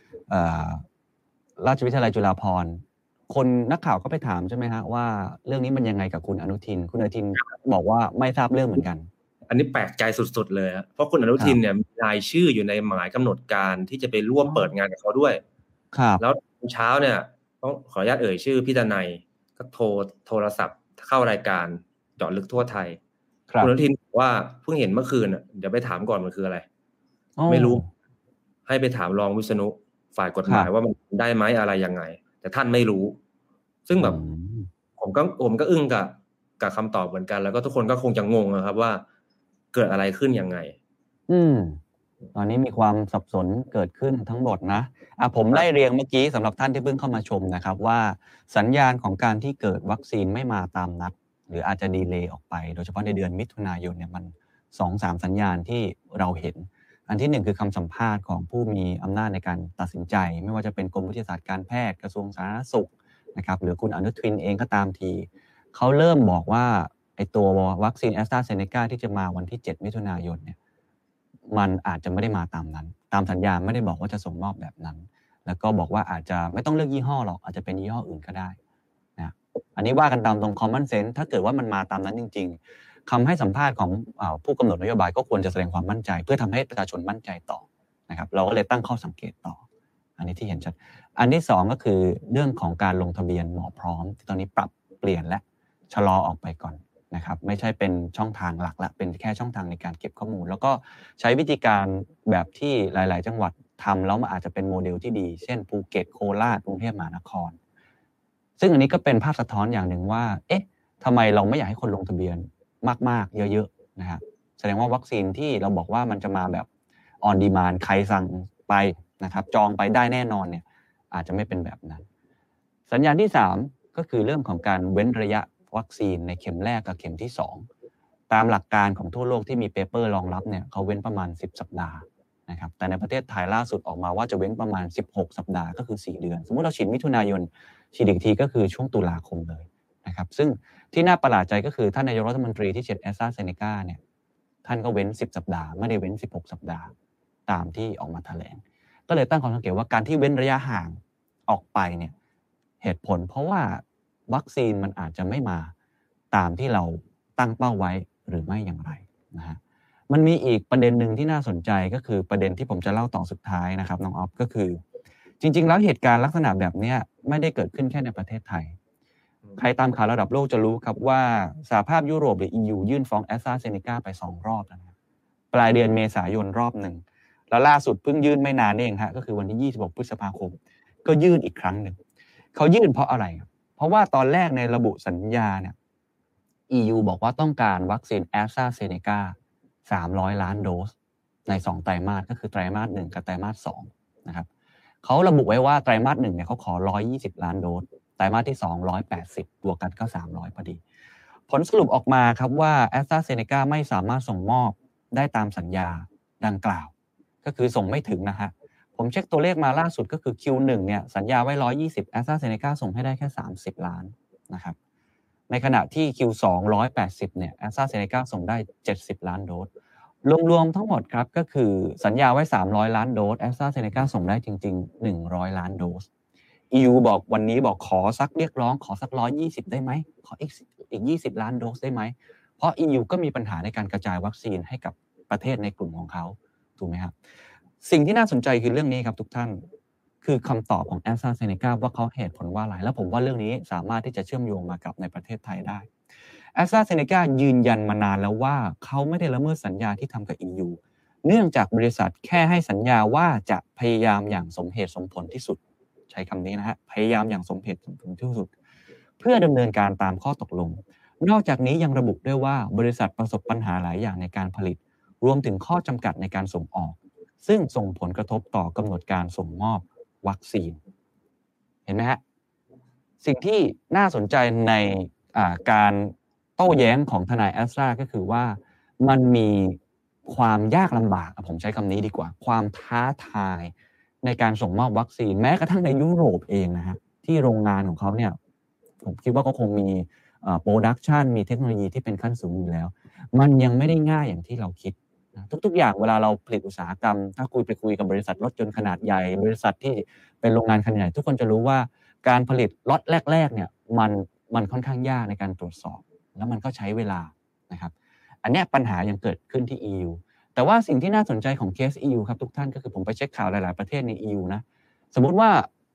ราชวิทยาลัยจุฬาภรณ์คนนักข่าวก็ไปถามใช่ไหมฮะว่าเรื่องนี้มันยังไงกับคุณอนุทินคุณอนุทินบอกว่าไม่ทราบเรื่องเหมือนกันอันนี้แปลกใจสุดๆเลยเพราะคุณอนุทินเนี่ยมีรายชื่ออยู่ในหมายกำหนดการที่จะไปร่วมเปิดงานกับเขาด้วยแล้วเช้าเนี่ยต้องขออนุญาตเอ่ยชื่อพี่ดนัยก็โทรโทรศัพท์เข้ารายการเจาะลึกทั่วไทยคุณอนุทินบอกว่าเพิ่งเห็นเมื่อคืนเดี๋ยวไปถามก่อนมันคืออะไรไม่รู้ให้ไปถามรองวิษณุฝ่ายกฎหมายว่ามันได้ไหมอะไรยังไงแต่ท่านไม่รู้ซึ่งแบบผมก็ผมก็อึ้งกับกับคำตอบเหมือนกันแล้วก็ทุกคนก็คงจะงงนะครับว่าเกิดอะไรขึ้นยังไงอืมตอนนี้มีความสับสนเกิดขึ้นทั้งหมดนะอ่ะผมไล่เรียงเมื่อกี้สำหรับท่านที่เพิ่งเข้ามาชมนะครับว่าสัญญาณของการที่เกิดวัคซีนไม่มาตามนัดหรืออาจจะดีเลย์ออกไปโดยเฉพาะในเดือนมิถุนายนเนี่ยมัน สองถึงสาม สัญญาณที่เราเห็นอันที่หนึ่งคือคำสัมภาษณ์ของผู้มีอำนาจในการตัดสินใจไม่ว่าจะเป็นกรมวิทยาศาสตร์การแพทย์กระทรวงสาธารณสุขนะครับหรือคุณอนุทินเองก็ตามทีเขาเริ่มบอกว่าไอ้ตัววัคซีน AstraZeneca ที่จะมาวันที่เจ็ดมิถุนายนเนี่ยมันอาจจะไม่ได้มาตามนั้นตามสัญญาไม่ได้บอกว่าจะส่งมอบแบบนั้นแล้วก็บอกว่าอาจจะไม่ต้องเลือกยี่ห้อหรอกอาจจะเป็นยี่ห้ออื่นก็ได้นะอันนี้ว่ากันตามตรง common sense ถ้าเกิดว่ามันมาตามนั้นจริงๆคำให้สัมภาษณ์ของผู้กำหนดนโยบายก็ควรจะแสดงความมั่นใจเพื่อทำให้ประชาชนมั่นใจต่อนะครับเราก็เลยตั้งข้อสังเกตต่ออันนี้ที่เห็นชัดอันที่สองก็คือเรื่องของการลงทะเบียนหมอพร้อมที่ตอนนี้ปรับเปลี่ยนและชะลอออกไปก่อนนะครับไม่ใช่เป็นช่องทางหลักละเป็นแค่ช่องทางในการเก็บข้อมูลแล้วก็ใช้วิธีการแบบที่หลายๆจังหวัดทำแล้วมันอาจจะเป็นโมเดลที่ดีเช่นภูเก็ตโคราชกรุงเทพมหานครซึ่งอันนี้ก็เป็นภาพสะท้อนอย่างหนึ่งว่าเอ๊ะทำไมเราไม่อยากให้คนลงทะเบียนมากๆเยอะๆนะฮะแสดงว่าวัคซีนที่เราบอกว่ามันจะมาแบบ on demand ใครสั่งไปนะครับจองไปได้แน่นอนเนี่ยอาจจะไม่เป็นแบบนั้นสัญญาณที่สามก็คือเรื่องของการเว้นระยะวัคซีนในเข็มแรกกับเข็มที่สองตามหลักการของทั่วโลกที่มีเปเปอร์รองรับเนี่ยเขาเว้นประมาณสิบสัปดาห์นะครับแต่ในประเทศไทยล่าสุดออกมาว่าจะเว้นประมาณสิบหกสัปดาห์ก็คือสี่เดือนสมมุติเราฉีดมิถุนายนฉีดอีกทีก็คือช่วงตุลาคมเลยนะครับซึ่งที่น่าประหลาดใจก็คือท่านนายกรัฐมนตรีที่ฉีด AstraZeneca เนี่ยท่านก็เว้นสิบสัปดาห์ไม่ได้เว้นสิบหกสัปดาห์ตามที่ออกมาแถลงก็เลยตั้งความสังเกตว่าการที่เว้นระยะห่างออกไปเนี่ยเหตุผลเพราะว่าวัคซีนมันอาจจะไม่มาตามที่เราตั้งเป้าไว้หรือไม่อย่างไรนะฮะมันมีอีกประเด็นหนึ่งที่น่าสนใจก็คือประเด็นที่ผมจะเล่าต่อสุดท้ายนะครับน้องออฟก็คือจริงๆแล้วเหตุการณ์ลักษณะแบบนี้ไม่ได้เกิดขึ้นแค่ในประเทศไทยใครตามข่าวระดับโลกจะรู้ครับว่าสหภาพยุโรปหรือ อี ยู ยื่นฟ้อง AstraZeneca ไปสองรอบแล้วนะปลายเดือนเมษายนรอบหนึ่งแล้วล่าสุดเพิ่งยื่นไม่นานเองฮะก็คือวันที่ยี่สิบหกพฤษภาคมก็ยื่นอีกครั้งหนึ่งเขายื่นเพราะอะไรเพราะว่าตอนแรกในระบุสัญญาเนี่ย อี ยู บอกว่าต้องการวัคซีน AstraZeneca สามร้อยล้านโดสในสองไตรมาสก็คือไตรมาสหนึ่งกับไตรมาสสองนะครับเขาระบุไว้ว่าไตรมาสหนึ่งเนี่ยเขาขอหนึ่งร้อยยี่สิบล้านโดสไตรมาสที่สองหนึ่งร้อยแปดสิบบวกกันก็สามร้อยพอดีผลสรุปออกมาครับว่า AstraZeneca ไม่สามารถส่งมอบได้ตามสัญญาดังกล่าวก็คือส่งไม่ถึงนะฮะผมเช็คตัวเลขมาล่าสุดก็คือ คิว หนึ่ง เนี่ยสัญญาไว้หนึ่งร้อยยี่สิบ AstraZeneca ส่งให้ได้แค่สามสิบล้านนะครับในขณะที่ คิว สอง หนึ่งร้อยแปดสิบเนี่ย AstraZeneca ส่งได้เจ็ดสิบล้านโดสรวมๆทั้งหมดครับก็คือสัญญาไว้สามร้อยล้านโดส AstraZeneca ส่งได้จริงๆหนึ่งร้อยล้านโดส อี ยู บอกวันนี้บอกขอสักเรียกร้องขอสักหนึ่งร้อยยี่สิบได้ไหมขออีกอีกยี่สิบล้านโดสได้ไหมเพราะ อี ยู ก็มีปัญหาในการกระจายวัคซีนให้กับประเทศในกลุ่มของเขาถูกไหมครับสิ่งที่น่าสนใจคือเรื่องนี้ครับทุกท่านคือคำตอบของ AstraZeneca ว่าเขาเหตุผลว่าอะไรแล้วผมว่าเรื่องนี้สามารถที่จะเชื่อมโยงมากับในประเทศไทยได้ AstraZeneca ยืนยันมานานแล้วว่าเขาไม่ได้ละเมิดสัญญาที่ทำกับ อี ยู เนื่องจากบริษัทแค่ให้สัญญาว่าจะพยายามอย่างสมเหตุสมผลที่สุดใช้คำนี้นะฮะพยายามอย่างสมเหตุสมผลที่สุดเพื่อดำเนินการตามข้อตกลงนอกจากนี้ยังระบุด้วยว่าบริษัทประสบปัญหาหลายอย่างในการผลิตรวมถึงข้อจำกัดในการส่งออกซึ่งส่งผลกระทบต่อกำหนดการส่งมอบวัคซีนเห็นไหมฮะสิ่งที่น่าสนใจในการโต้แย้งของทนายแอสตราก็คือว่ามันมีความยากลำบากผมใช้คำนี้ดีกว่าความท้าทายในการส่งมอบวัคซีนแม้กระทั่งในยุโรปเองนะฮะที่โรงงานของเขาเนี่ยผมคิดว่าก็คงมีเอ่อโปรดักชันมีเทคโนโลยีที่เป็นขั้นสูงอยู่แล้วมันยังไม่ได้ง่ายอย่างที่เราคิดนะทุกๆอย่างเวลาเราผลิตอุตสาหกรรมถ้าคุยไปคุยกับบริษัทรถยนต์ขนาดใหญ่บริษัทที่เป็นโรงงานขนาดใหญ่ทุกคนจะรู้ว่าการผลิตล็อตแรกๆเนี่ยมันมันค่อนข้างยากในการตรวจสอบแล้วมันก็ใช้เวลานะครับอันนี้ปัญหายังเกิดขึ้นที่ อี ยู แต่ว่าสิ่งที่น่าสนใจของเคส อี ยู ครับทุกท่านก็คือผมไปเช็คข่าวหลายๆประเทศใน อี ยู นะสมมุติว่า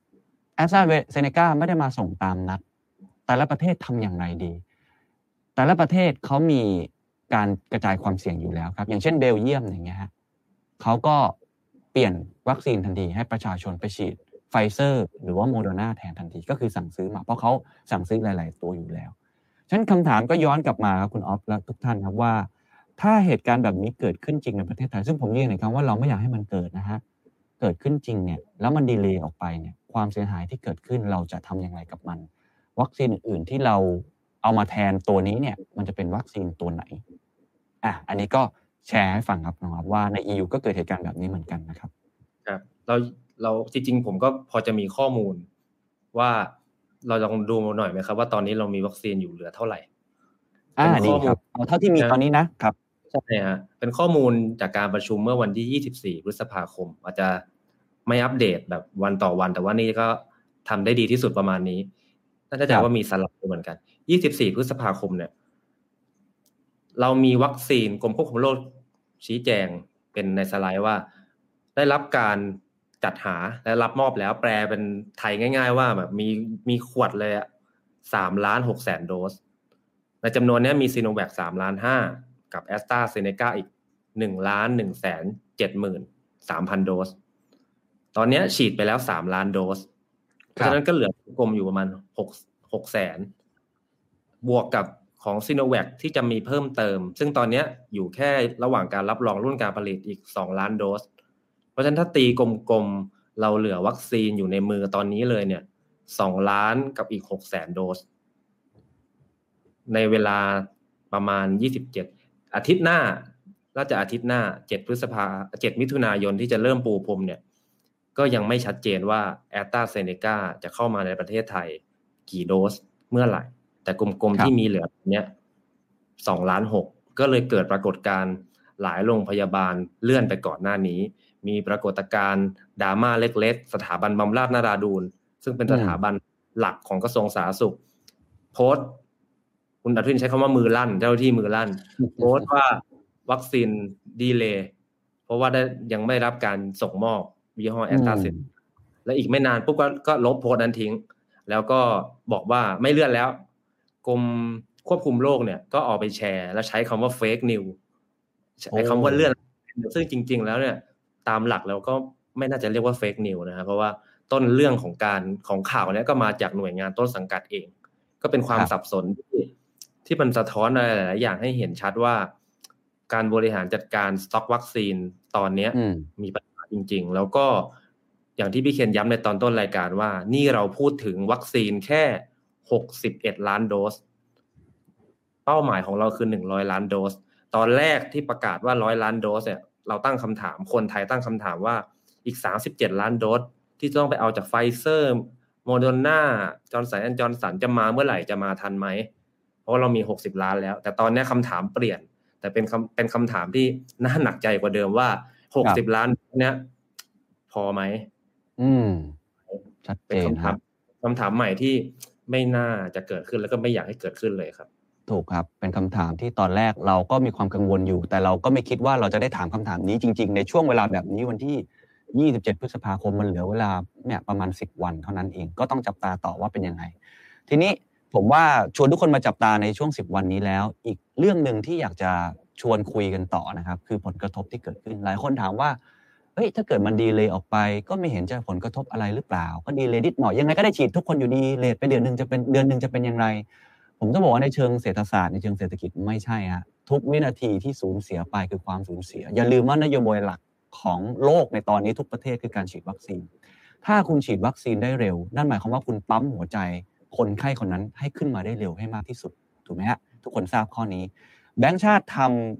AstraZeneca ไม่ได้มาส่งตามนัดแต่ละประเทศทำอย่างไรดีแต่ละประเทศเขามีการกระจายความเสี่ยงอยู่แล้วครับอย่างเช่นเบลเยียมอย่างเงี้ยฮะเขาก็เปลี่ยนวัคซีนทันทีให้ประชาชนไปฉีดไฟเซอร์หรือว่าโมเดอร์นาแทนทันทีก็คือสั่งซื้อมาเพราะเขาสั่งซื้อหลายๆตัวอยู่แล้วฉะนั้นคำถามก็ย้อนกลับมาครับคุณออฟและทุกท่านครับว่าถ้าเหตุการณ์แบบนี้เกิดขึ้นจริงในประเทศไทยซึ่งผมยืนยันว่าเราไม่อยากให้มันเกิดนะฮะเกิดขึ้นจริงเนี่ยแล้วมันดีเลย์ออกไปเนี่ยความเสียหายที่เกิดขึ้นเราจะทำอย่างไรกับมันวัคซีนอื่นๆที่เราเอามาแทนตัวนี้เนี่ยมันจะเป็นวัคซีนตัวไหนอ่ะอันนี้ก็แชร์ให้ฟังครับนะครับว่าใน อี ยู ก็เกิดเหตุการณ์แบบนี้เหมือนกันนะครับครับเราเราจริงๆผมก็พอจะมีข้อมูลว่าเราลองดูหน่อยไหมครับว่าตอนนี้เรามีวัคซีนอยู่เหลือเท่าไหร่อ่าดีครับเอาเท่าที่มีตอนนี้นะครับใช่ฮะเป็นข้อมูลจากการประชุมเมื่อวันที่ยี่สิบสี่พฤษภาคมอาจจะไม่อัปเดตแบบวันต่อวันแต่ว่านี่ก็ทำได้ดีที่สุดประมาณนี้น่าจะว่ามีสไลด์เหมือนกันยี่สิบสี่พฤษภาคมเนี่ยเรามีวัคซีนกรมควบคุมโรคชี้แจงเป็นในสไลด์ว่าได้รับการจัดหาและรับมอบแล้วแปลเป็นไทยง่ายๆว่าแบบมีมีขวดเลยอ่ะสามล้านหกแสนโดสในจำนวนนี้มีซีโนแวคสามล้านห้ากับ AstraZeneca อีกหนึ่งล้านหนึ่งแสนเจ็ดหมื่นสามพันโดสตอนนี้ฉีดไปแล้วสามล้านโดสเพราะฉะนั้นก็เหลือกลมอยู่ประมาณหกแสนบวกกับของซีโนแวคที่จะมีเพิ่มเติมซึ่งตอนนี้อยู่แค่ระหว่างการรับรองรุ่นการผลิตอีกสองล้านโดสเพราะฉะนั้นถ้าตีกลมๆเราเหลือวัคซีนอยู่ในมือตอนนี้เลยเนี่ยสองล้านกับอีกหกแสนโดสในเวลาประมาณยี่สิบเจ็ดอาทิตย์หน้าน่าจะอาทิตย์หน้าเจ็ดพฤษภาเจ็ดมิถุนายนที่จะเริ่มปูพรมเนี่ยก็ยังไม่ชัดเจนว่า AstraZeneca จะเข้ามาในประเทศไทยกี่โดสเมื่อไหร่แต่กลมๆที่มีเหลือเนี้ยสองล้านหกก็เลยเกิดปรากฏการณ์หลายโรงพยาบาลเลื่อนไปก่อนหน้านี้มีปรากฏการณ์ดราม่าเล็กๆสถาบันบำราศนราดูลซึ่งเป็นสถาบันหลักของกระทรวงสาธารณสุขโพสต์คุณอนุทินใช้คำว่ามือลั่นเจ้าหน้าที่มือลั่นโพสต์ว่าวัคซีนดีเลย์เพราะว่าได้ยังไม่รับการส่งมอบยี่ห้อแอสตราเซเนกาและอีกไม่นานปุ๊บก็ก็ลบโพสต์นั้นทิ้งแล้วก็บอกว่าไม่เลื่อนแล้วกรมควบคุมโรคเนี่ยก็ออกไปแชร์แล้วใช้คำว่าเฟกนิวใช้คำว่าเลื่อนซึ่งจริงๆแล้วเนี่ยตามหลักแล้วก็ไม่น่าจะเรียกว่าเฟกนิวนะครับเพราะว่าต้นเรื่องของการของข่าวนี้ก็มาจากหน่วยงานต้นสังกัดเองก็เป็นความสับสนที่ที่มันสะท้อนอะไรหลายๆอย่างให้เห็นชัดว่าการบริหารจัดการสต็อกวัคซีนตอนนี้มีปัญหาจริงๆแล้วก็อย่างที่พี่เคนย้ำในตอนต้นรายการว่านี่เราพูดถึงวัคซีนแค่หกสิบเอ็ดล้านโดสเป้าหมายของเราคือหนึ่งร้อยล้านโดสตอนแรกที่ประกาศว่าหนึ่งร้อยล้านโดสเนี่ยเราตั้งคำถามคนไทยตั้งคำถามว่าอีกสามสิบเจ็ดล้านโดสที่ต้องไปเอาจากไฟเซอร์โมเดอร์นาจอร์นสันแอนด์จอร์นสันจะมาเมื่อไหร่จะมาทันไหมเพราะเรามีหกสิบล้านแล้วแต่ตอนนี้คำถามเปลี่ยนแต่เป็นคำเป็นคำถามที่น่าหนักใจกว่าเดิมว่าหกสิบล้านเนี้ยพอไหมอืมชัดเจนครับคำถามใหม่ที่ไม่น่าจะเกิดขึ้นแล้วก็ไม่อยากให้เกิดขึ้นเลยครับถูกครับเป็นคำถามที่ตอนแรกเราก็มีความกังวลอยู่แต่เราก็ไม่คิดว่าเราจะได้ถามคำถามนี้จริงๆในช่วงเวลาแบบนี้วันที่ยี่สิบเจ็ดพฤษภาคมมันเหลือเวลาเนี่ยประมาณสิบวันเท่านั้นเองก็ต้องจับตาต่อว่าเป็นยังไงทีนี้ผมว่าชวนทุกคนมาจับตาในช่วงสิบวันนี้แล้วอีกเรื่องนึงที่อยากจะชวนคุยกันต่อนะครับคือผลกระทบที่เกิดขึ้นหลายคนถามว่าเฮ้ยถ้าเกิดมันดีเลย์ออกไปก็ไม่เห็นจะผลกระทบอะไรหรือเปล่าก็ดีเลย์นิดหน่อยยังไงก็ได้ฉีดทุกคนอยู่ดีเลทไปเดือนนึงจะเป็นเดือนนึงจะเป็นอย่างไรผมต้องบอกว่าในเชิงเศรษฐศาสตร์ในเชิงเศรษฐกิจไม่ใช่ฮะทุกวินาทีที่สูญเสียไปคือความสูญเสียอย่าลืมว่านโยบายหลักของโลกในตอนนี้ทุกประเทศคือการฉีดวัคซีนถ้าคุณฉีดวัคซีนได้เร็วนั่นหมายความว่าคุณปั๊มหัวใจคนไข้คนนั้นให้ขึ้นมาได้เร็วให้มากที่สุดถูกไหมฮะทุกคนทราบข้อนี้แบงก์ชาติทำ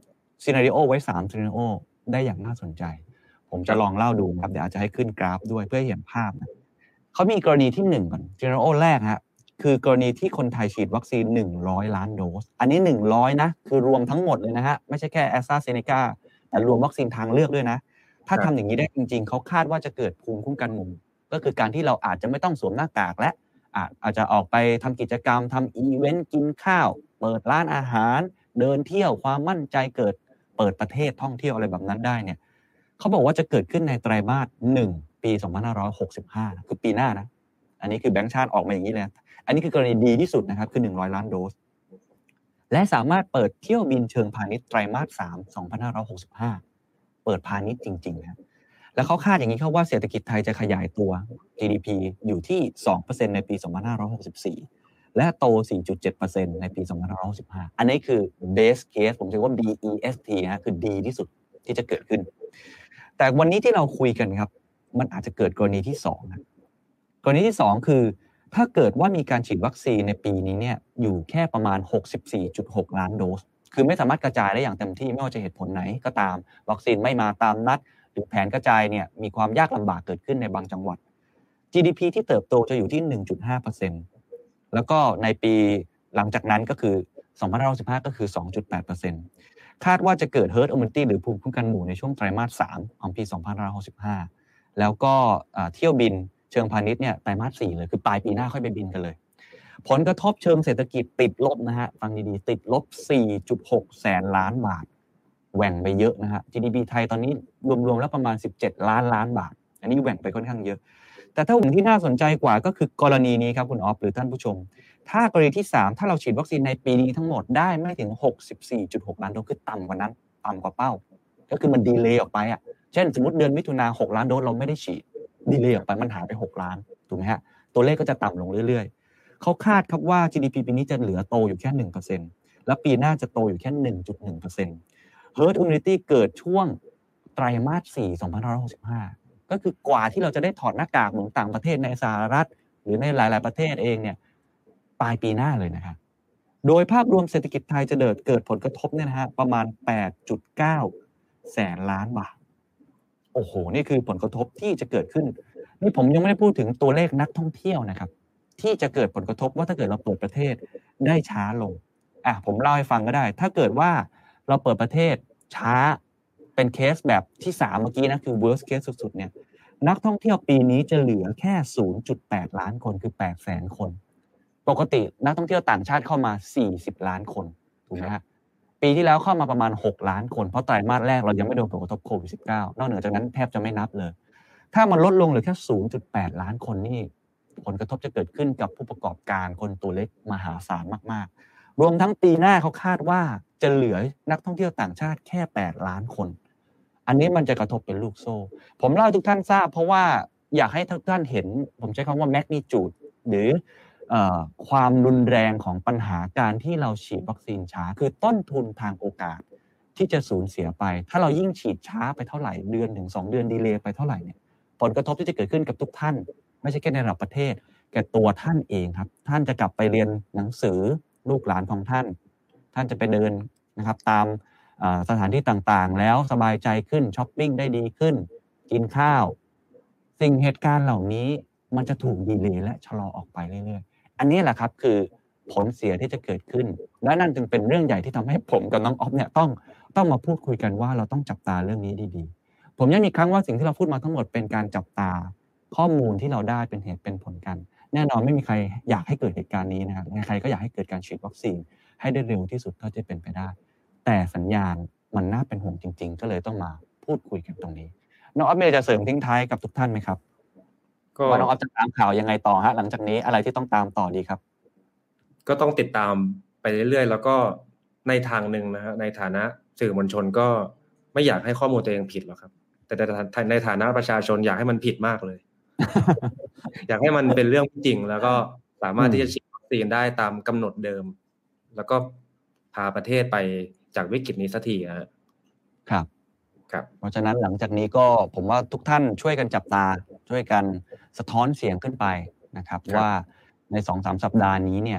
ซีนาริโอไว้สามซีนาริโอได้อย่างน่าสนใจผมจะลองเล่าดูครับเดี๋ยวอาจจะให้ขึ้นกราฟด้วยเพื่อให้เห็นภาพนะเขามีกรณีที่หนึ่งก่อนซีนาริโอแรกฮะคือกรณีที่คนไทยฉีดวัคซีนหนึ่งร้อยล้านโดสอันนี้หนึ่งร้อยนะคือรวมทั้งหมดเลยนะฮะไม่ใช่แค่ AstraZeneca แต่รวมวัคซีนทางเลือกด้วยนะถ้าทำอย่างนี้ได้จริงๆเขาคาดว่าจะเกิดภูมิคุ้มกันหมู่ก็คือการที่เราอาจจะไม่ต้องสวมหน้ากากและอาจจะออกไปทำกิจกรรมทำอีเวนต์กินข้าวเปิดร้านอาหารเดินเที่ยวความมั่นใจเกิดเปิดประเทศท่องเที่ยวอะไรแบบนั้นได้เนี่ยเขาบอกว่าจะเกิดขึ้นในไตรมาสหนึ่งปีสองพันห้าร้อยหกสิบห้าคือปีหน้านะอันนี้คือแบงก์ชาติออกมาอย่างนี้เลยอันนี้คือกรณีดีที่สุดนะครับคือหนึ่งร้อยล้านโดสและสามารถเปิดเที่ยวบินเชิงพาณิชย์ไตรมาสสาม สองพันห้าร้อยหกสิบห้าเปิดพาณิชย์จริงๆนะแล้วเขาคาดอย่างนี้ครับว่าเศรษฐกิจไทยจะขยายตัว จี ดี พี อยู่ที่ สองเปอร์เซ็นต์ ในปี สองพันห้าร้อยหกสิบสี่ และโต สี่จุดเจ็ดเปอร์เซ็นต์ ในปี สองพันห้าร้อยหกสิบห้า อันนี้คือ base case ผมเรียกว่า บี อี เอส ที นะคือดีที่สุดที่จะเกิดขึ้นแต่วันนี้ที่เราคุยกันครับมันอาจจะเกิดกรณีที่สองนะกรณีที่สองคือถ้าเกิดว่ามีการฉีดวัคซีนในปีนี้เนี่ยอยู่แค่ประมาณ หกสิบสี่จุดหก ล้านโดสคือไม่สามารถกระจายได้อย่างเต็มที่ไม่ว่าจะเหตุผลไหนก็ตามวัคซีนไม่มาตามนัดหรือแผนกระจายเนี่ยมีความยากลำบากเกิดขึ้นในบางจังหวัด จี ดี พี ที่เติบโตจะอยู่ที่ หนึ่งจุดห้าเปอร์เซ็นต์ แล้วก็ในปีหลังจากนั้นก็คือสองพันห้าร้อยสิบห้าก็คือ สองจุดแปดเปอร์เซ็นต์ คาดว่าจะเกิด herd immunity หรือภูมิคุ้มกันหมู่ในช่วงไตรมาสสามของปีสองพันห้าร้อยหกสิบห้าแล้วก็เที่ยวบินเชิงพาณิชย์เนี่ยไตรมาสสี่เลยคือปลายปีหน้าค่อยไปบินกันเลยผลกระทบเชิงเศรษฐกิจติดลบนะฮะฟังดีๆติดลบ สี่จุดหก แสนล้านบาทแหว่งไปเยอะนะฮะ จี ดี พี ไทยตอนนี้รวมๆแล้วประมาณสิบเจ็ดล้านล้านบาทอันนี้แหว่งไปค่อนข้างเยอะแต่ถ้าสิ่งที่น่าสนใจกว่าก็คือกรณีนี้ครับคุณออฟหรือท่านผู้ชมถ้ากรณีที่สามถ้าเราฉีดวัคซีนในปีนี้ทั้งหมดได้ไม่ถึง หกสิบสี่จุดหก ล้านโดสคือต่ำกว่านั้นต่ำกว่าเป้าก็คือมันดีเลย์ออกไปอ่ะเช่นสมมุติเดือนมิถุนายนหกล้านโดสเราไม่ได้ฉีดดีเลย์ออกไปมันหายไปหกล้านถูกมั้ยฮะตัวเลขก็จะต่ำลงเรื่อยๆเขาคาดครับว่า จี ดี พี ปีนี้จะเหลือโตอยู่แค่ หนึ่งเปอร์เซ็นต์ แล้วปีหน้าจะโตอยู่แค่ หนึ่งจุดหนึ่งเปอร์เซ็นต์ herd immunity เกิดช่วงไตรมาสสี่ สองพันห้าร้อยหกสิบห้าก็คือกว่าที่เราจะได้ถอดหน้ากากเหมือนต่างประเทศในสหรัฐหรือในหลายๆประเทศเองเนี่ยปลายปีหน้าเลยนะครับโดยภาพรวมเศรษฐกิจไทยจะเกิดเกิดผลกระทบเนี่ยนะฮะประมาณ แปดจุดเก้า แสนล้านบาทโอ้โหนี่คือผลกระทบที่จะเกิดขึ้นนี่ผมยังไม่ได้พูดถึงตัวเลขนักท่องเที่ยวนะครับที่จะเกิดผลกระทบว่าถ้าเกิดเราเปิดประเทศได้ช้าลงอ่ะผมเล่าให้ฟังก็ได้ถ้าเกิดว่าเราเปิดประเทศช้าเป็นเคสแบบที่สามเมื่อกี้นะคือ worst case สุดๆเนี่ยนักท่องเที่ยวปีนี้จะเหลือแค่ ศูนย์จุดแปด ล้านคนคือ แปดแสน คนปกตินักท่องเที่ยวต่างชาติเข้ามาสี่สิบล้านคนถูกไหมฮะปีที่แล้วเข้ามาประมาณหกล้านคนเพราะไตรมาสแรกเรายังไม่โดนผลกระทบโควิด สิบเก้า นอกเหนือจากนั้นแทบจะไม่นับเลยถ้ามันลดลงเหลือแค่ ศูนย์จุดแปด ล้านคนนี่ผลกระทบจะเกิดขึ้นกับผู้ประกอบการคนตัวเล็กมหาศาลมากๆรวมทั้งปีหน้าเขาคาดว่าจะเหลือนักท่องเที่ยวต่างชาติแค่แปดล้านคนอันนี้มันจะกระทบเป็นลูกโซ่ผมเล่าให้ทุกท่านทราบเพราะว่าอยากให้ทุกท่านเห็นผมใช้คำว่า magnitude หรือเอ่อความรุนแรงของปัญหาการที่เราฉีดวัคซีนช้าคือต้นทุนทางโอกาสที่จะสูญเสียไปถ้าเรายิ่งฉีดช้าไปเท่าไหร่เดือนถึงสองเดือนดีเลย์ไปเท่าไหร่เนี่ยผลกระทบที่จะเกิดขึ้นกับทุกท่านไม่ใช่แค่ในระดับประเทศแก่ตัวท่านเองครับท่านจะกลับไปเรียนหนังสือลูกหลานของท่านท่านจะไปเดินนะครับตามสถานที่ต่างๆแล้วสบายใจขึ้นช้อปปิ้งได้ดีขึ้นกินข้าวสิ่งเหตุการณ์เหล่านี้มันจะถูกดีเลย์และชะลอออกไปเรื่อยๆอันนี้แหละครับคือผลเสียที่จะเกิดขึ้นและนั่นจึงเป็นเรื่องใหญ่ที่ทำให้ผมกับน้องออฟเนี่ยต้องต้องมาพูดคุยกันว่าเราต้องจับตาเรื่องนี้ดีๆผมย้ำอีกครั้งว่าสิ่งที่เราพูดมาทั้งหมดเป็นการจับตาข้อมูลที่เราได้เป็นเหตุเป็นผลกันแน่นอนไม่มีใครอยากให้เกิดเหตุการณ์นี้นะครับใครก็อยากให้เกิดการฉีดวัคซีนให้ได้เร็วที่สุดเท่าที่เป็นไปได้แต่สัญญาณมันน่าเป็นห่วงจริงๆก็เลยต้องมาพูดคุยกันตรงนี้น้องออฟมีอะไรจะเสริมทิ้งท้ายกับทุกท่านไหมครับก็ว่าน้องออฟจะตามข่าวยังไงต่อฮะหลังจากนี้อะไรที่ต้องตามต่อดีครับก็ต้องติดตามไปเรื่อยๆแล้วก็ในทางนึงนะฮะในฐานะสื่อมวลชนก็ไม่อยากให้ข้อมูลตัวเองผิดหรอกครับแต่ในฐานะประชาชนอยากให้มันผิดมากเลย อยากให้มันเป็นเรื่องจริงแล้วก็สามารถที่จะฉีดวัคซีนได้ตามกำหนดเดิมแล้วก็พาประเทศไปจากวิกฤตนี้สักทีครับครับเพราะฉะนั้นหลังจากนี้ก็ผมว่าทุกท่านช่วยกันจับตาช่วยกันสะท้อนเสียงขึ้นไปนะครับว่าใน สองถึงสาม สัปดาห์นี้เนี่ย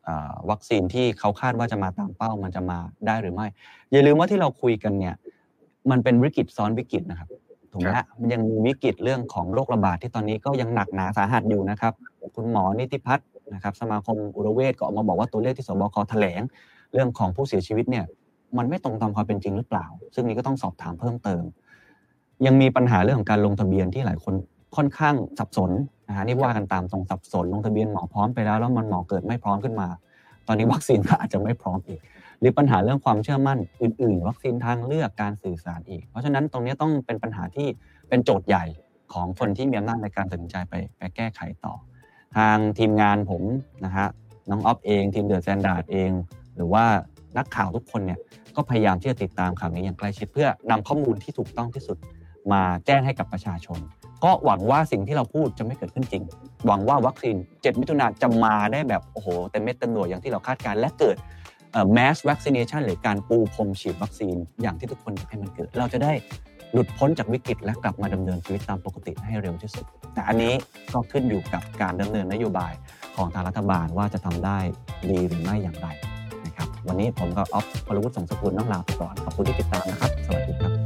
วัคซีนที่เขาคาดว่าจะมาตามเป้ามันจะมาได้หรือไม่อย่าลืมว่าที่เราคุยกันเนี่ยมันเป็นวิกฤตซ้อนวิกฤตนะครับถูกไหมฮะมันยังมีวิกฤตเรื่องของโรคระบาดที่ตอนนี้ก็ยังหนักหนาสาหัสอยู่นะครับคุณหมอนิติพัฒน์นะครับสมาคมอุรเวชก็ออกมาบอกว่าตัวเลขที่สบคแถลงเรื่องของผู้เสียชีวิตเนี่ยมันไม่ตรงตามความเป็นจริงหรือเปล่าซึ่งนี้ก็ต้องสอบถามเพิ่มเติมยังมีปัญหาเรื่องของการลงทะเบียนที่หลายคนค่อนข้างสับสนนะฮะนี่ว่ากันตามตรงสับสนลงทะเบียนหมอพร้อมไปแล้วแล้วมันหมอเกิดไม่พร้อมขึ้นมาตอนนี้วัคซีนก็อาจจะไม่พร้อมอีกหรือปัญหาเรื่องความเชื่อมั่นอื่นๆวัคซีนทางเลือกการสื่อสารอีกเพราะฉะนั้นตรงนี้ต้องเป็นปัญหาที่เป็นโจทย์ใหญ่ของคนที่มีอำนาจในการตัดสินใจไปไปแก้ไขต่อทางทีมงานผมนะฮะน้องออฟเองทีมเดอะสแตนดาร์ดเองหรือว่านักข่าวทุกคนเนี่ยก็พยายามที่จะติดตามข่าวนี้อย่างใกล้ชิดเพื่อนำข้อมูลที่ถูกต้องที่สุดมาแจ้งให้กับประชาชนก็หวังว่าสิ่งที่เราพูดจะไม่เกิดขึ้นจริงหวังว่าวัคซีนเจ็ดมิถุนายนจะมาได้แบบโอ้โหเต็มเม็ดเต็มหน่วยอย่างที่เราคาดการณ์และเกิดเอ่อ mass vaccination หรือการปูพรมฉีดวัคซีนอย่างที่ทุกคนอยากให้มันเกิดเราจะได้หลุดพ้นจากวิกฤตและกลับมาดำเนินชีวิตตามปกติให้เร็วที่สุดแต่อันนี้ก็ขึ้นอยู่กับการดำเนินนโยบายของทางรัฐบาลว่าจะทำได้ดีหรือไม่อย่างไรนะครับวันนี้ผมกับออฟ พลวุฒิ สงสกุลต้องลาไปก่อนขอบคุณที่ติดตามนะครับสวัสดีครับ